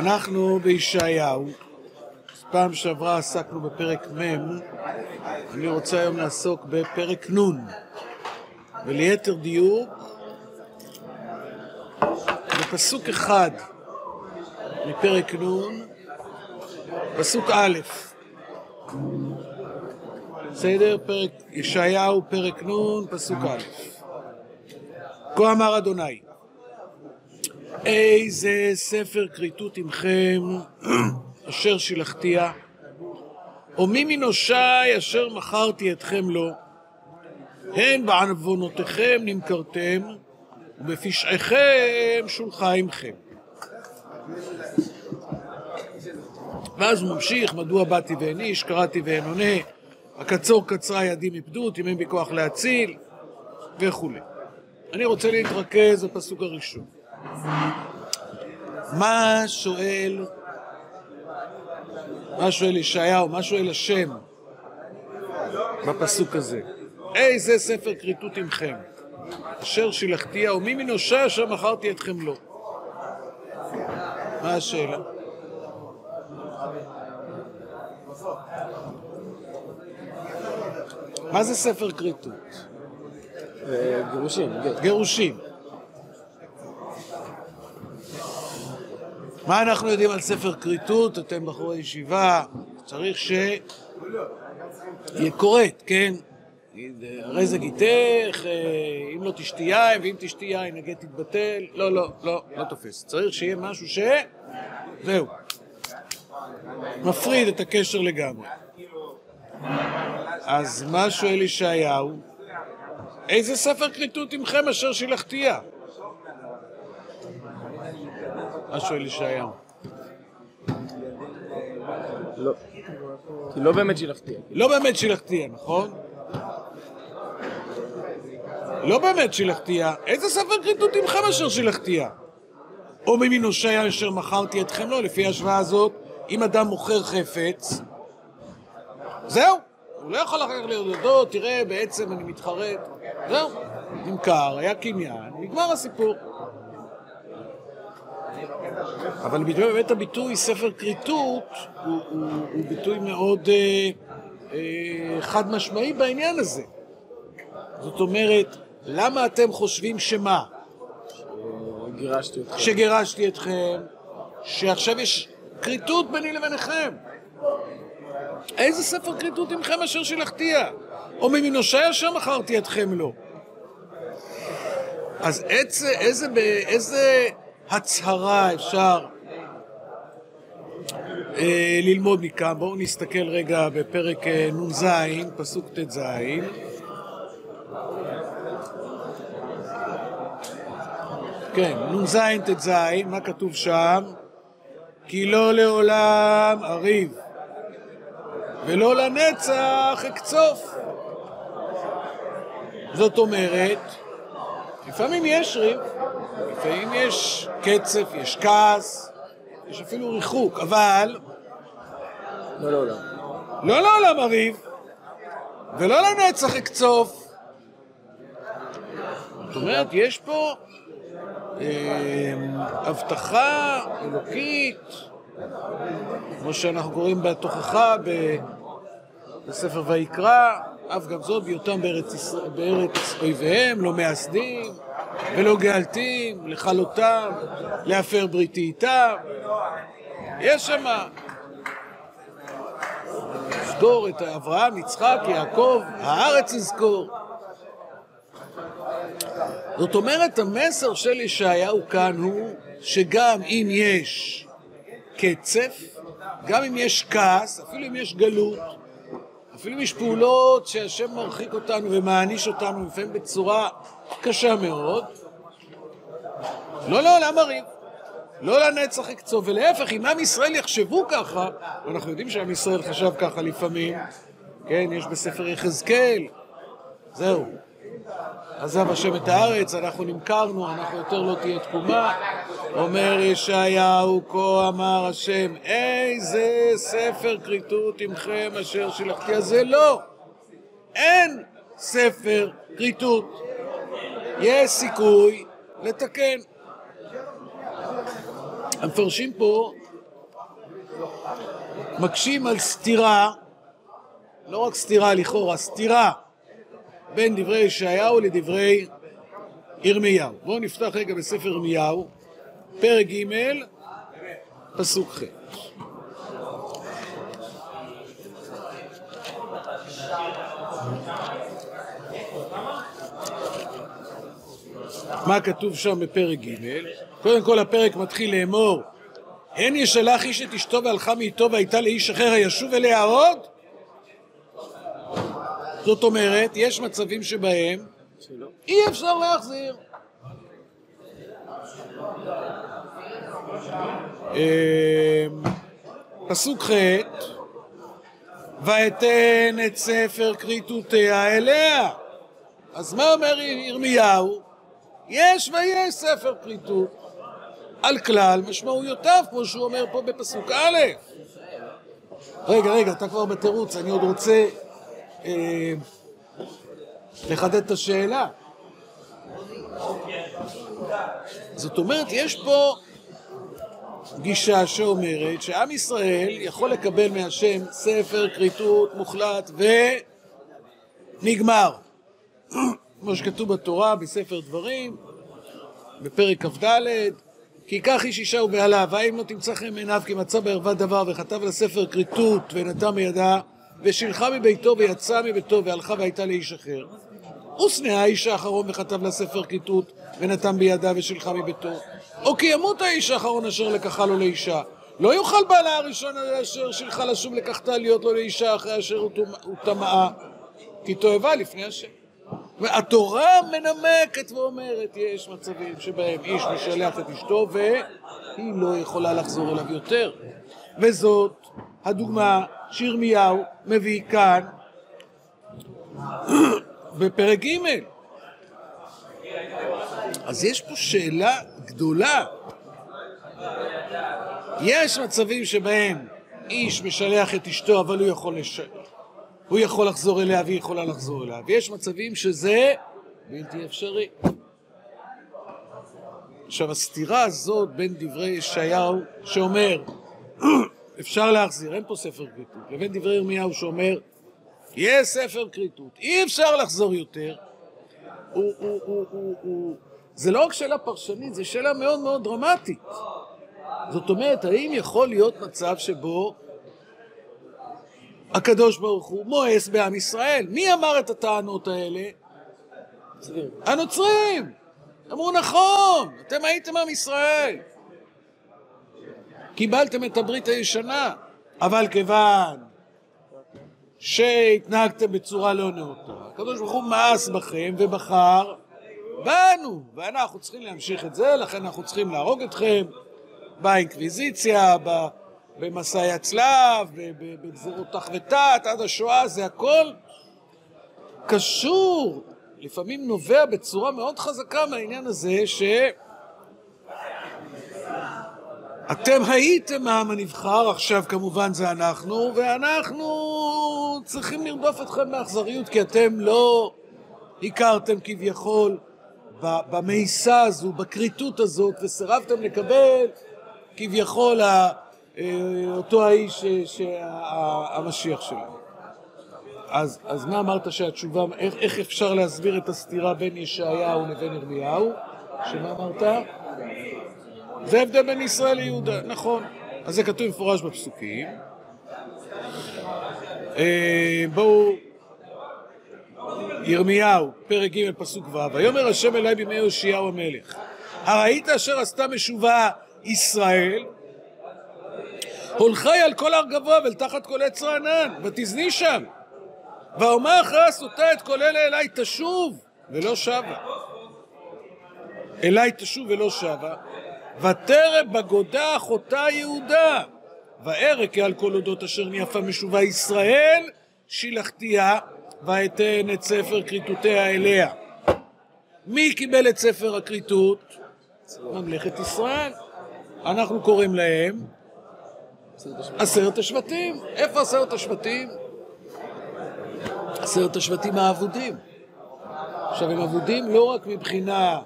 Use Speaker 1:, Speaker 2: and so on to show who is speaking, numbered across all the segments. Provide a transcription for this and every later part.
Speaker 1: אנחנו בישעיהו, פעם שעברה עסקנו בפרק מ', אני רוצה היום לעסוק בפרק נ', וליתר דיוק, בפסוק אחד מפרק נ', פסוק א', בסדר? פרק ישעיהו, פרק נ', פסוק א'. כה אמר אדוני, איזה ספר כריתות עמכם אשר שילחתיה, או מי מנושי אשר מכרתי אתכם לו, הן בעוונותיכם נמכרתם, ובפשעיכם שולחה עמכם. ואז הוא ממשיך, מדוע באתי ואיניש, קראתי ואין עונה, הקצור קצרה ידי מפדות, אם אין בי כוח להציל, וכו'. אני רוצה להתרכז בפסוק הראשון. מה שואל ישעיהו, מה שואל השם בפסוק הזה? איזה ספר כריתות עמכם אשר שילחתיה, ומי מנושי אשר מכרתי אתכם לו? מה השאלה? מה זה ספר כריתות? גירושים. מה אנחנו יודעים על ספר כריתות? אתם בחורי ישיבה, צריך שיהיה קוראת, כן? הרי זה גיתך, אם לא תשתי יין, ואם תשתי יין הגט תתבטל. לא תופס. צריך שיהיה משהו זהו. מפריד את הקשר לגמרי. אז מה שואל ישעיהו? איזה ספר כריתות עמכם אשר שילחתיה? מה שואל ישעיהו?
Speaker 2: לא. כי לא באמת שילחתיה.
Speaker 1: לא באמת שילחתיה, נכון? לא באמת שילחתיה. איזה ספר כריתות עמכם אשר שילחתיה? או מי מנושי אשר מכרתי אתכם לו, לפי השוואה הזאת, אם אדם מוכר חפץ, זהו. הוא לא יכול אחר להודו, תראה, בעצם אני מתחרט. זהו, נמכר, היה קניין, נגמר הסיפור. אבל באמת הביטוי ספר כריתות הוא ביטוי מאוד חד משמעי בעניין הזה. זאת אומרת, למה אתם חושבים שמה? שגירשתי אתכם, שעכשיו יש כריתות ביני לביניכם. איזה ספר כריתות עמכם אשר שילחתיה? או מי מנושי אשר מכרתי אתכם לו? אז איזה הצהרה אפשר ללמוד מכאן? בואו נסתכל רגע בפרק נ"ז, פסוק ט"ז. כן, נ"ז ט"ז, מה כתוב שם? כי לא לעולם אריב ולא לנצח אקצוף. זאת אומרת, לפעמים יש ריב, לפעמים יש קצף, יש כעס, יש אפילו ריחוק, אבל לא לעולם אריב ולא לנצח אקצוף. זאת אומרת, יש פה הבטחה אלוקית, כמו שאנחנו קוראים בתוכחה בספר ויקרא, אף גם זאת בהיותם בארץ אויביהם, לא מייסדים ולא גאלתים, לכלותם, להפר בריתי איתם. יש שם זכור את אברהם, יצחק, יעקב, הארץ יזכור. זאת אומרת, המסר של ישעיהו כאן הוא שגם אם יש קצף, גם אם יש כעס, אפילו אם יש גלות, אפילו אם יש פעולות שהשם מרחיק אותנו ומעניש אותנו לפעמים בצורה קשה מאוד, לא לעולם אריב, לא לנצח אקצוף, ולהפך, אם עם ישראל יחשבו ככה, ואנחנו יודעים שעם ישראל חשב ככה לפעמים, כן, יש בספר יחזקאל, זהו, עזב השם את הארץ, אנחנו נמכרנו, אנחנו יותר לא תהיה תקומה. אומר ישעיהו, כה אמר השם, איזה ספר כריתות עמכם אשר שילחתיה. זה לא, אין ספר כריתות. יש סיכוי לתקן. המפרשים פה מקשים על סתירה, לא רק סתירה לכאורה, סתירה בין דברי ישעיהו לדברי ירמיהו. בואו נפתח רגע בספר ירמיהו, פרק ג' פסוק ח'. מה כתוב שם בפרק ג'? קודם כל הפרק מתחיל לאמור, הן ישלח איש את אשתו והלכה מאיתו והייתה לאיש אחר הישוב אליה עוד? זאת אומרת, יש מצבים שבהם אי אפשר להחזיר. פסוק ח' ואתן את ספר כריתותיה אליה. אז מה אומר ירמיהו? יש ויש ספר כריתות על כלל משמעויותיו, כמו שהוא אומר פה בפסוק א'. רגע, אתה כבר בתירוץ, אני עוד רוצה לחדד את השאלה. זאת אומרת, יש פה גישה שאומרת שעם ישראל יכול לקבל מהשם ספר כריתות מוחלט ונגמר. כמו שכתוב בתורה בספר דברים, בפרק כ"ד, כי כך איש אישה ובעלה, והאם לא תמצא חן בעיניו כי מצא בערווה דבר, וכתב לספר כריתות ונתן בידה, ושילחה מביתו ויצאה מביתו והלכה והייתה לאיש אחר. ושנאה האיש האחרון וכתב לספר כריתות ונתן בידה ושילחה מביתו. או כי ימות האיש האחרון אשר לקחה לו לאישה. לא יוכל בעלה הראשון אשר שילחה לשוב לקחתה להיות לו לאישה אחרי אשר הוא טמאה, כי תועבה לפני השם. והתורה מנמקת ואומרת, יש מצבים שבהם איש משלח את אשתו והיא לא יכולה לחזור אליו יותר. וזאת הדוגמה שירמיהו מביא כאן בפרק ג'. אז יש פה שאלה גדולה. יש מצבים שבהם איש משלח את אשתו אבל הוא יכול לחזור אליה והיא יכולה לחזור אליה, ויש מצבים שזה בלתי אפשרי. עכשיו הסתירה הזאת בין דברי ישעיהו שאומר אפשר להחזיר, אין פה ספר כריתות, לבין דברי ירמיהו שאומר יש ספר כריתות, אי אפשר לחזור יותר, זה לא רק שאלה פרשנית, זה שאלה מאוד מאוד דרמטית. זאת אומרת, האם יכול להיות מצב שבו הקדוש ברוך הוא מואס בעם ישראל? מי אמר את הטענות האלה? הנוצרים. אמרו נכון, אתם הייתם עם ישראל, קיבלתם את הברית הישנה, אבל כיוון שהתנהגתם בצורה לא נאותה, הקדוש ברוך הוא מאס בכם ובחר בנו, ואנחנו צריכים להמשיך את זה, לכן אנחנו צריכים להרוג אתכם באינקוויזיציה, במסעי הצלב, בגזירות תחבטת, עד השואה. זה הכל קשור, לפעמים נובע בצורה מאוד חזקה מהעניין הזה אתם הייתם העם הנבחר, עכשיו כמובן זה אנחנו, ואנחנו צריכים לרדוף אתכם באכזריות, כי אתם לא הכרתם כביכול במאיסה הזו, בקריטות הזאת, וסירבתם לקבל כביכול אותו האיש המשיח שלנו. אז מה אמרת שהתשובה, איך אפשר להסביר את הסתירה בין ישעיהו לבין ירמיהו? שמה אמרת? זה הבדל בין ישראל ליהודה, נכון. אז זה כתוב מפורש בפסוקים. בואו, ירמיהו, פרק ג' פסוק ו', ויאמר השם אלי בימי יאשיהו המלך, הראית אשר עשתה משובה ישראל, הולכי על כל הר גבוה ולתחת כל עץ רענן, ותזני שם, ואומר אחרי עשותה את כל אלה אלי תשוב ולא שבה. אלי תשוב ולא שבה, ותרב בגודה אחותה יהודה, וארק על כל אודות אשר ניאפה משובה ישראל, שילחתיה, ואתן את ספר כריתותיה אליה. מי קיבל את ספר הכריתות? ממלכת ישראל. אנחנו קוראים להם 10 השבטים. איפה 10 השבטים? 10 השבטים האבודים. עכשיו הם אבודים לא רק מבחינה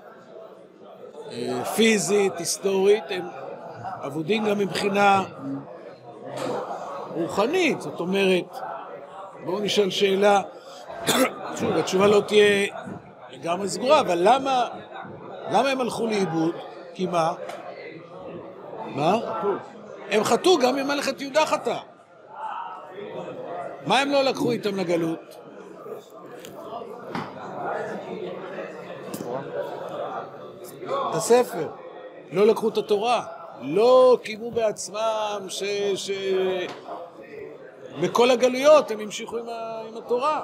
Speaker 1: פיזית, היסטורית, הם אבודים גם מבחינה רוחנית. זאת אומרת, בואו נשאל שאלה, שוב, התשובה לא תהיה לגמרי סגורה, אבל למה הם הלכו לאיבוד? כי מה? מה? הם חטאו גם ממלכת יהודה חטא. מה הם לא לקחו איתם לגלות? את הספר. לא לקחו את התורה. לא קיימו בעצמם בכל הגלויות הם המשיכו עם התורה.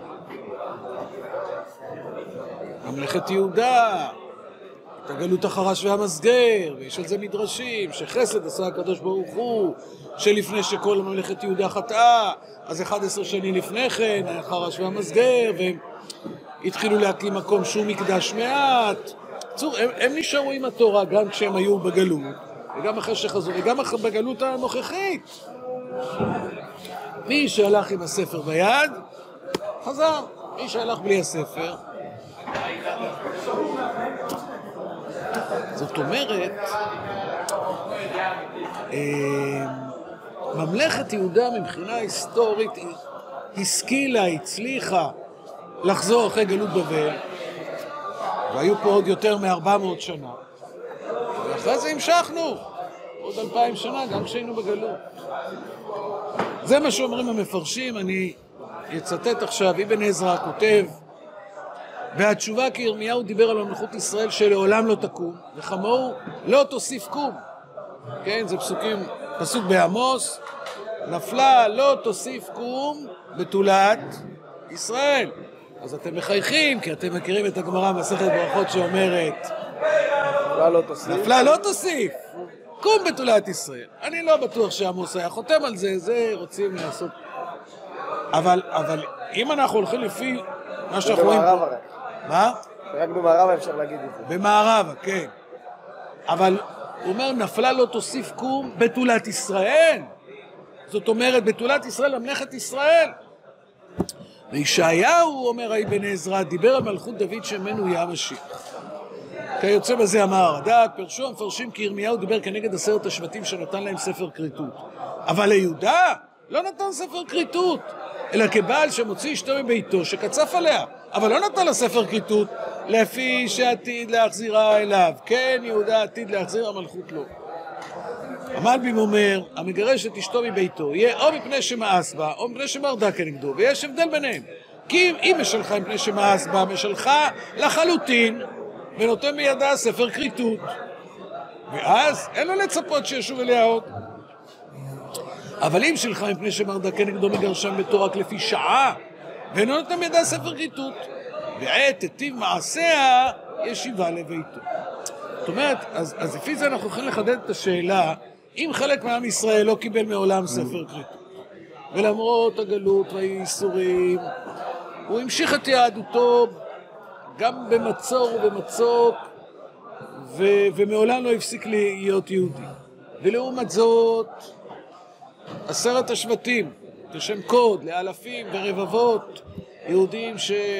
Speaker 1: ממלכת יהודה, את הגלות החרש והמסגר, ויש על זה מדרשים, שחסד עשה הקדוש ברוך הוא, שלפני שכל ממלכת יהודה חטאה, אז 11 שנים לפני כן, החרש והמסגר, והם התחילו להקים מקום שהוא מקדש מעט. הם נשארו עם התורה גם כשהם היו בגלות, וגם אחרי שחזרו, וגם בגלות הנוכחית. מי שהלך עם הספר ביד, חזר. מי שהלך בלי הספר, זאת אומרת, ממלכת יהודה מבחינה היסטורית השכילה, הצליחה לחזור אחרי גלות בבל, והיו פה עוד יותר מ-400 שנה, ואחרי זה המשכנו עוד 2000 שנה גם כשהיינו בגלות. זה מה שאומרים המפרשים. אני אצטט עכשיו, אבן עזרא כותב, והתשובה כי ירמיהו דיבר על מלכות ישראל שלעולם לא תקום, וכמוהו לא תוסיף קום. כן, זה פסוק בעמוס, נפלה לא תוסיף קום בתולת ישראל. אז אתם מחייכים, כי אתם מכירים את הגמרא מסכת ברכות שאומרת, נפלה לא תוסיף קום בתולת ישראל. אני לא בטוח שעמוס היה חותם על זה, זה רוצים לעשות. אבל אם אנחנו הולכים לפי מה שאנחנו רואים פה... מה?
Speaker 2: רק במערב אפשר להגיד את זה.
Speaker 1: במערב, כן. אבל הוא אומר, נפלה לא תוסיף קום בתולת ישראל. זאת אומרת, בתולת ישראל, ממלכת ישראל. וישעיהו, אומר אבן עזרא, דיבר על מלכות דוד שממנו יהיה המשיח. כיוצא בזה אמר, הדעת פרשו המפרשים כי ירמיהו דיבר כנגד 10 השבטים שנתן להם ספר כריתות. אבל ליהודה לא נתן ספר כריתות, אלא כבעל שמוציא אשתו מביתו שקצף עליה, אבל לא נתן לה ספר כריתות לפי שעתיד להחזירה אליו. כן, יהודה עתיד להחזיר, המלכות לא. המלבים אומר, המגרש את אשתו מביתו יהיה או מפני שמאס בה או מפני שמרדה כנגדו, ויש הבדל ביניהם. כי אם משלחה מפני שמאס בה, משלחה לחלוטין ונותן בידה ספר כריתות, ואז אין לו לצפות שישוב אליה עוד. אבל אם שלך מפני שמרדה כנגדו, מגרשם ביתו רק לפי שעה ואינו נותן בידה ספר כריתות, ועת תיטיב מעשיה ישיבה לביתו. זאת אומרת, אז לפי זה אנחנו יכולים לחדד את השאלה, אם חלק מעם ישראל לא קיבל מעולם ספר כריתות, ולמרות הגלות והייסורים הוא המשיך את יהדותו גם במצור ובמצוק, ומעולם לא הפסיק להיות יהודי. ולעומת זאת 10 השבטים כשם קוד לאלפים ורבבות יהודים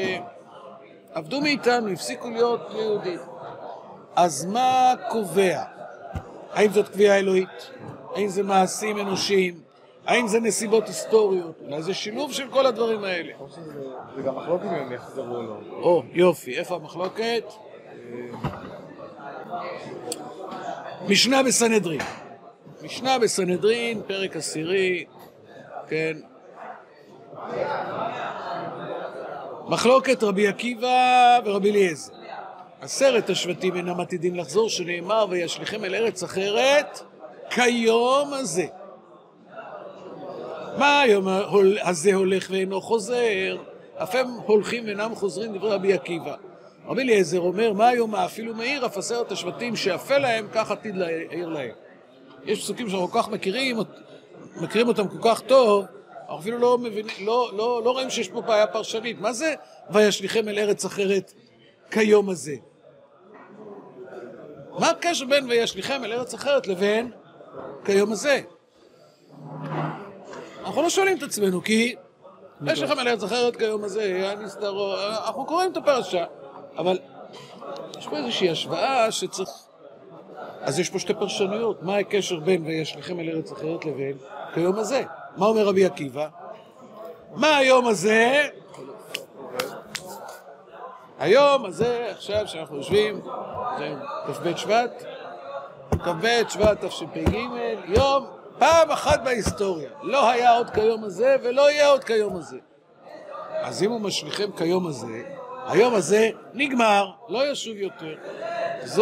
Speaker 1: שעבדו מאיתנו, הפסיקו להיות יהודים. אז מה קובע? האם זאת קביעה אלוהית? האם זה מעשים אנושיים? האם זה נסיבות היסטוריות? אולי זה שילוב של כל הדברים האלה.
Speaker 2: זה גם מחלוקת אם הם יחזרו לו.
Speaker 1: או, יופי, איפה המחלוקת? משנה בסנהדרין. משנה בסנהדרין, פרק 10, כן. מחלוקת רבי עקיבא ורבי אליעזר. 10 השבטים אינם עתידים לחזור, שנאמר וישליכם אל ארץ אחרת כיום הזה. מה היום הזה הולך ואינו חוזר? אף הם הולכים ואינם חוזרים, דברי רבי עקיבא. רבי אליעזר אומר, מה היום אפילו מאיר אף 10 השבטים שאפה להם, כך עתיד להעיר להם. יש פסוקים שאנחנו כל כך מכירים אותם כל כך טוב, אנחנו אפילו לא מבינים, לא רואים שיש פה בעיה פרשנית. מה זה וישליכם אל ארץ אחרת כיום הזה? מה הקשר בין וישליכם אל ארץ אחרת לבין כיום הזה? אנחנו לא שואלים את עצמנו, כי יש לכם אל ארץ אחרת כיום הזה, אנחנו קוראים את הפרשה, אבל יש פה איזושהי השוואה שצריך... אז יש פה 2 פרשנויות. מה הקשר בין וישליכם אל ארץ אחרת לבין כיום הזה? מה אומר רבי עקיבא? מה היום הזה? היום הזה, עכשיו שאנחנו יושבים, זה כ"ב שבט, כ"ב שבט תשפ"ג, יום, פעם אחת בהיסטוריה. לא היה עוד כיום הזה ולא יהיה עוד כיום הזה. אז אם הוא משליכם כיום הזה, היום הזה נגמר, לא ישוב יותר. זו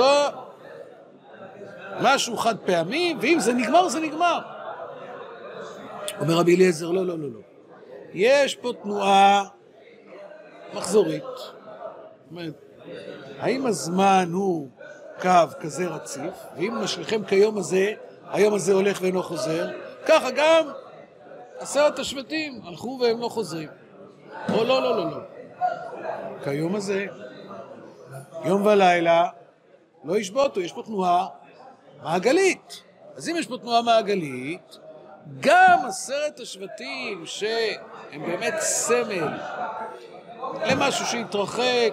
Speaker 1: משהו חד פעמי, ואם זה נגמר, זה נגמר. אומר רבי אליעזר, לא, לא, לא, לא. יש פה תנועה מחזורית. זאת אומרת, האם הזמן הוא קו כזה רציף, ואם משליכם כיום הזה, היום הזה הולך ואינו חוזר, ככה גם 10 השבטים הלכו והם לא חוזרים. או לא, לא, לא, לא. כיום הזה, יום ולילה, לא ישבותו, יש פה תנועה מעגלית. אז אם יש פה תנועה מעגלית, גם 10 השבטים שהם באמת סמל למשהו שהתרחק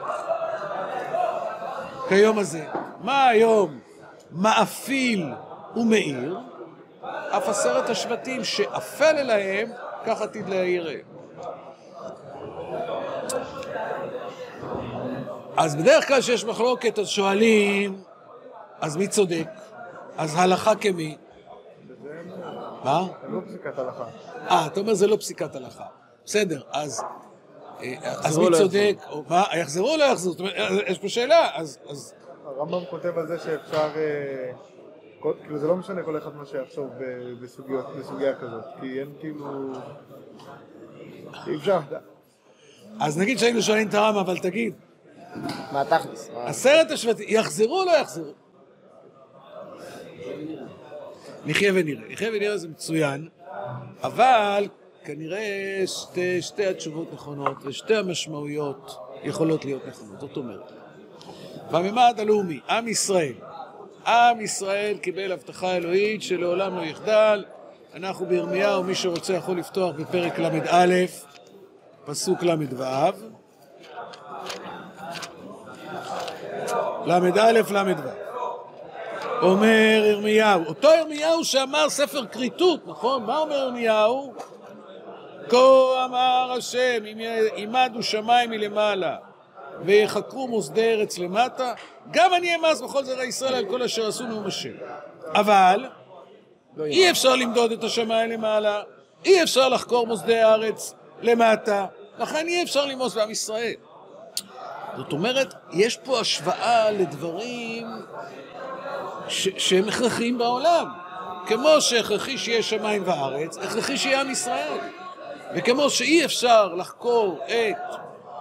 Speaker 1: כיום הזה. מה היום מאפיל ומאיר, אף 10 השבטים שאפל אליהם, כך עתיד להאיר. אז בדרך כלל שיש מחלוקת, אז שואלים, אז מי צודק? אז הלכה כמי? מה?
Speaker 2: זה לא פסיקת הלכה.
Speaker 1: אתה אומר זה לא פסיקת הלכה. בסדר, אז מי צודק? מה? יחזרו או לא יחזרו? זאת אומרת, יש פה שאלה, אז...
Speaker 2: הרמב"ם כותב על זה שאפשר... כאילו זה לא משנה כל אחד מה שיחשוב בסוגיה כזאת, כי אין כאילו... אפשר.
Speaker 1: אז נגיד שהיינו שואלים את הרמב"ם, אבל תגיד.
Speaker 3: מה תכלס?
Speaker 1: 10 השבטים, יחזרו או לא יחזרו? נחיה ונראה. נחיה ונראה זה מצוין, אבל כנראה שתי התשובות נכונות, ושתי המשמעויות יכולות להיות נכונות. זאת אומרת, בממד הלאומי, עם ישראל קיבל הבטחה אלוהית שלעולם לא יחדל. אנחנו בירמיהו, מי שרוצה יכול לפתוח בפרק ל"א, פסוק ל"ו. ל"ו. אומר ירמיהו, אותו ירמיהו שאמר ספר כריתות, נכון? מה אומר ירמיהו? כה אמר השם, אם יעמדו שמיים מלמעלה ויחקרו מוסדי ארץ למטה, גם אני אמס בכל זרע ישראל על כל אשר עשו נאום השם. אבל אי אפשר למדוד את השמיים למעלה, אי אפשר לחקור מוסדי הארץ למטה, לכן אי אפשר למוס בעם ישראל. זאת אומרת, יש פה השוואה לדברים שהם הכרחיים בעולם. כמו שהכרחי שיהיה שמיים וארץ, הכרחי שיהיה עם ישראל. וכמו שאי אפשר לחקור את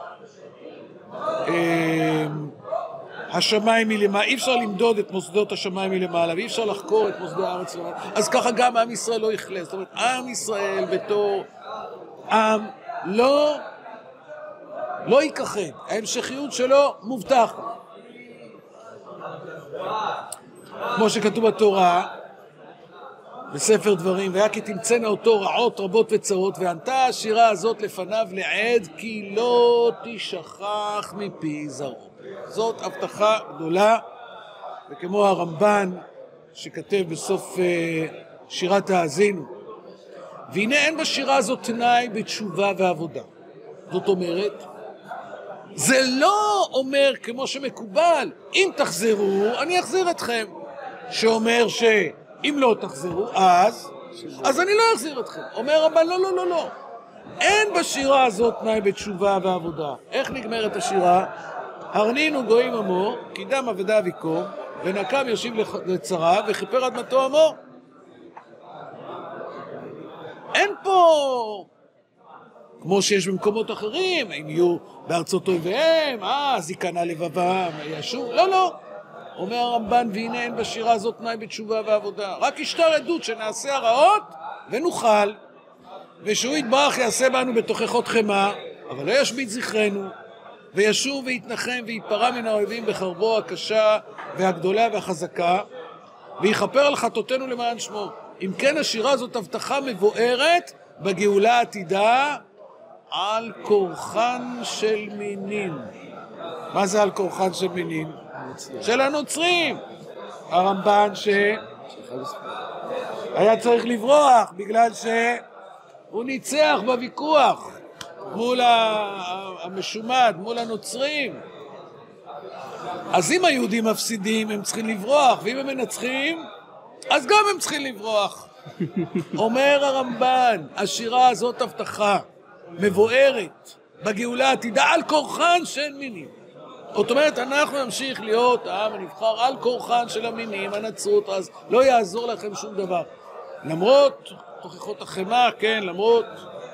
Speaker 1: השמיים מלמעלה, אי אפשר למדוד את מוסדות השמיים מלמעלה, ואי אפשר לחקור את מוסדי הארץ למעלה, אז ככה גם עם ישראל לא יכלה. זאת אומרת, עם ישראל בתור עם לא ייכחד, ההמשכיות שלו מובטח. כמו שכתוב בתורה, בספר דברים, והיה כי תמצאנה אותו רעות רבות וצרות, וענתה השירה הזאת לפניו לעד, כי לא תשכח מפי זרעו. זאת הבטחה גדולה, וכמו הרמב"ן שכתב בסוף שירת האזינו, והנה אין בשירה הזאת תנאי בתשובה ועבודה. זאת אומרת, זה לא אומר כמו שמקובל, אם תחזרו, אני אחזיר אתכם. שאומר שאם לא תחזרו, אז אני לא אחזיר אתכם. אומר רבן, לא, לא, לא, לא. אין בשירה הזאת תנאי בתשובה ועבודה. איך נגמרת השירה? הרנינו גויים עמו, כי דם עבדיו יקום, ונקם ישיב לצריו, וכיפר אדמתו עמו. אין פה... כמו שיש במקומות אחרים, אם יהיו בארצות אויביהם, אז ייכנע לבבם, ישוב, לא, לא. אומר הרמב"ן, והנה אין בשירה הזאת תנאי בתשובה ועבודה. רק ישתר עדות שנעשה הרעות ונוכל, ושהוא יתברך יעשה בנו בתוכחות חמה, אבל לא ישבית זכרנו, וישוב ויתנחם ויתפרע מן האויבים בחרבו הקשה והגדולה והחזקה, ויכפר על חטאותינו למען שמו. אם כן השירה הזאת הבטחה מבוארת בגאולה העתידה, על כורחן של מינים. מה זה על כורחן של מינים? של הנוצרים. הרמב"ן שהיה צריך לברוח בגלל הוא ניצח בוויכוח מול המשומד, מול הנוצרים. אז אם היהודים מפסידים, הם צריכים לברוח, ואם הם מנצחים, אז גם הם צריכים לברוח. אומר הרמב"ן, השירה הזאת הבטחה, מבוארת, בגאולה עתידה, על כורחן של מינים. זאת אומרת, אנחנו נמשיך להיות העם הנבחר על כורחן של המינים, הנצרות, אז לא יעזור לכם שום דבר. למרות תוכחות החמה, כן, למרות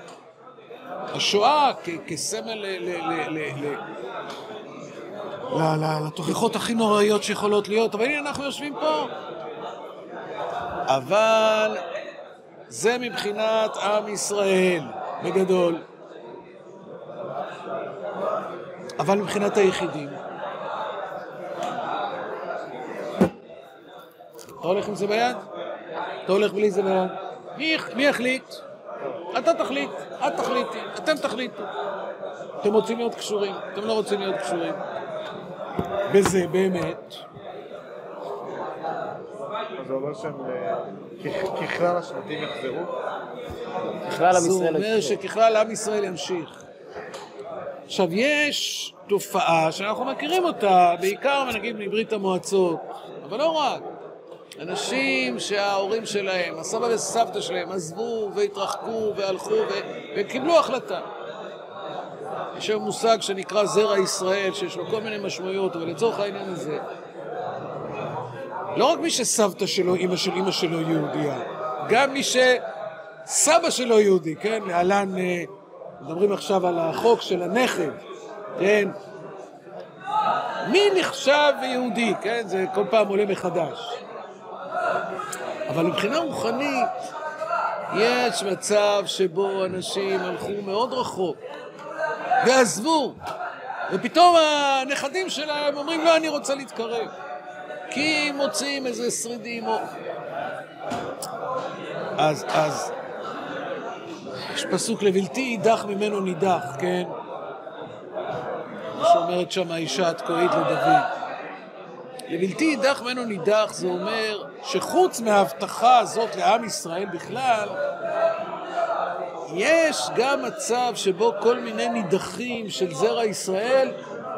Speaker 1: השואה כסמל לתוכחות הכי נוראיות שיכולות להיות, אבל הנה אנחנו יושבים פה. אבל זה מבחינת עם ישראל, בגדול. אבל מבחינת היחידים. אתה הולך עם זה ביד? אתה הולך בלי זה ביד? מי יחליט? אתה תחליט, את תחליטי, אתם תחליטו. אתם רוצים להיות קשורים, אתם לא רוצים להיות קשורים. בזה באמת.
Speaker 2: אז זה אומר שהם ככלל השבטים יחזרו?
Speaker 3: ככלל עם ישראל.
Speaker 1: זה אומר שככלל עם ישראל ימשיך. עכשיו, יש תופעה שאנחנו מכירים אותה, בעיקר נגיד מברית המועצות, אבל לא רק. אנשים שההורים שלהם, הסבא וסבתא שלהם, עזבו והתרחקו והלכו וקיבלו החלטה. יש היום מושג שנקרא זרע ישראל, שיש לו כל מיני משמעויות, אבל לצורך העניין הזה, לא רק מי שסבתא שלו, אמא שלו יהודייה, גם מי שסבא שלו יהודי, כן? להלן, מדברים עכשיו על החוק של הנכד, כן? מי נחשב יהודי, כן? זה כל פעם עולה מחדש. אבל מבחינה רוחנית, יש מצב שבו אנשים הלכו מאוד רחוק, ועזבו, ופתאום הנכדים שלהם אומרים, לא, אני רוצה להתקרב. כי מוצאים איזה שרידים או... אז יש פסוק לבלתי יידח ממנו נידח, כן? שאומרת שם האישה התקועית לדוד. לבלתי יידח ממנו נידח, זה אומר שחוץ מההבטחה הזאת לעם ישראל בכלל, יש גם מצב שבו כל מיני נידחים של זרע ישראל,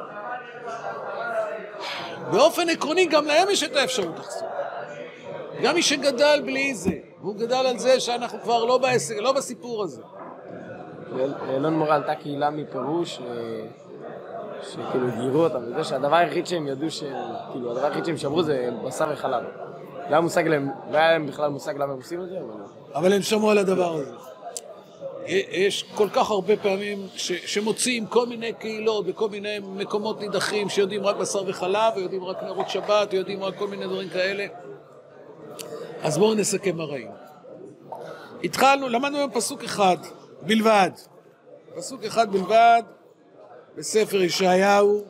Speaker 1: באופן עקרוני גם להם יש את האפשרות לחזור. גם מי שגדל בלי זה, והוא גדל על זה שאנחנו כבר לא בסיפור הזה.
Speaker 3: אלון מורה עלתה קהילה מפירוש, שכאילו גיירו אותם, וזה שהדבר היחיד שהם ידעו כאילו הדבר היחיד שהם שמרו זה בשר וחלב. לא היה להם בכלל מושג למה הם עושים את זה,
Speaker 1: אבל הם שמעו על הדבר הזה. יש כל כך הרבה פעמים שמוצאים כל מיני קהילות וכל מיני מקומות נידחים שיודעים רק בשר וחלב, ויודעים רק נרות שבת, ויודעים רק כל מיני דברים כאלה. אז בואו נסכם מה ראינו. התחלנו, למדנו היום פסוק אחד בלבד. פסוק אחד בלבד בספר ישעיהו.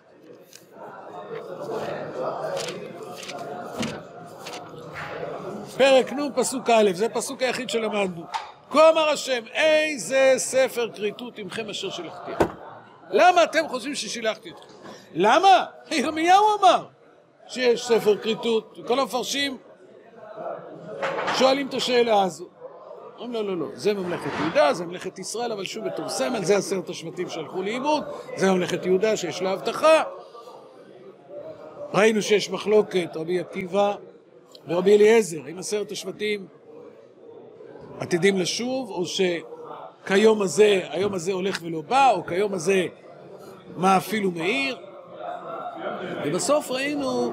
Speaker 1: פרק נ' פסוק א', זה פסוק היחיד שלמדנו. כה אמר השם, איזה ספר כריתות עמכם אשר שלחתי. למה אתם חושבים ששילחתי אתכם? למה? ירמיהו אמר שיש ספר כריתות, וכל המפרשים שואלים את השאלה הזו. אומרים לא, זה ממלכת יהודה, זה ממלכת ישראל, אבל שוב בתור סמל, זה 10 השבטים שהלכו לאיבוד, זה ממלכת יהודה שיש לה הבטחה. ראינו שיש מחלוקת, רבי עקיבא ורבי אליעזר, עם 10 השבטים עתידים לשוב, או שכיום הזה, היום הזה הולך ולא בא, או כיום הזה מה אפילו מאיר. ובסוף ראינו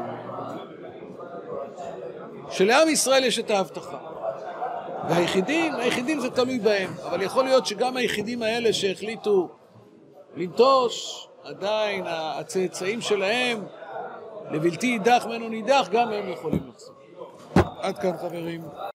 Speaker 1: שלעם ישראל יש את ההבטחה. והיחידים זה תלוי בהם, אבל יכול להיות שגם היחידים האלה שהחליטו לנטוש, עדיין הצאצאים שלהם, לבלתי יידח ממנו נידח, גם הם יכולים לחזור. עד כאן חברים.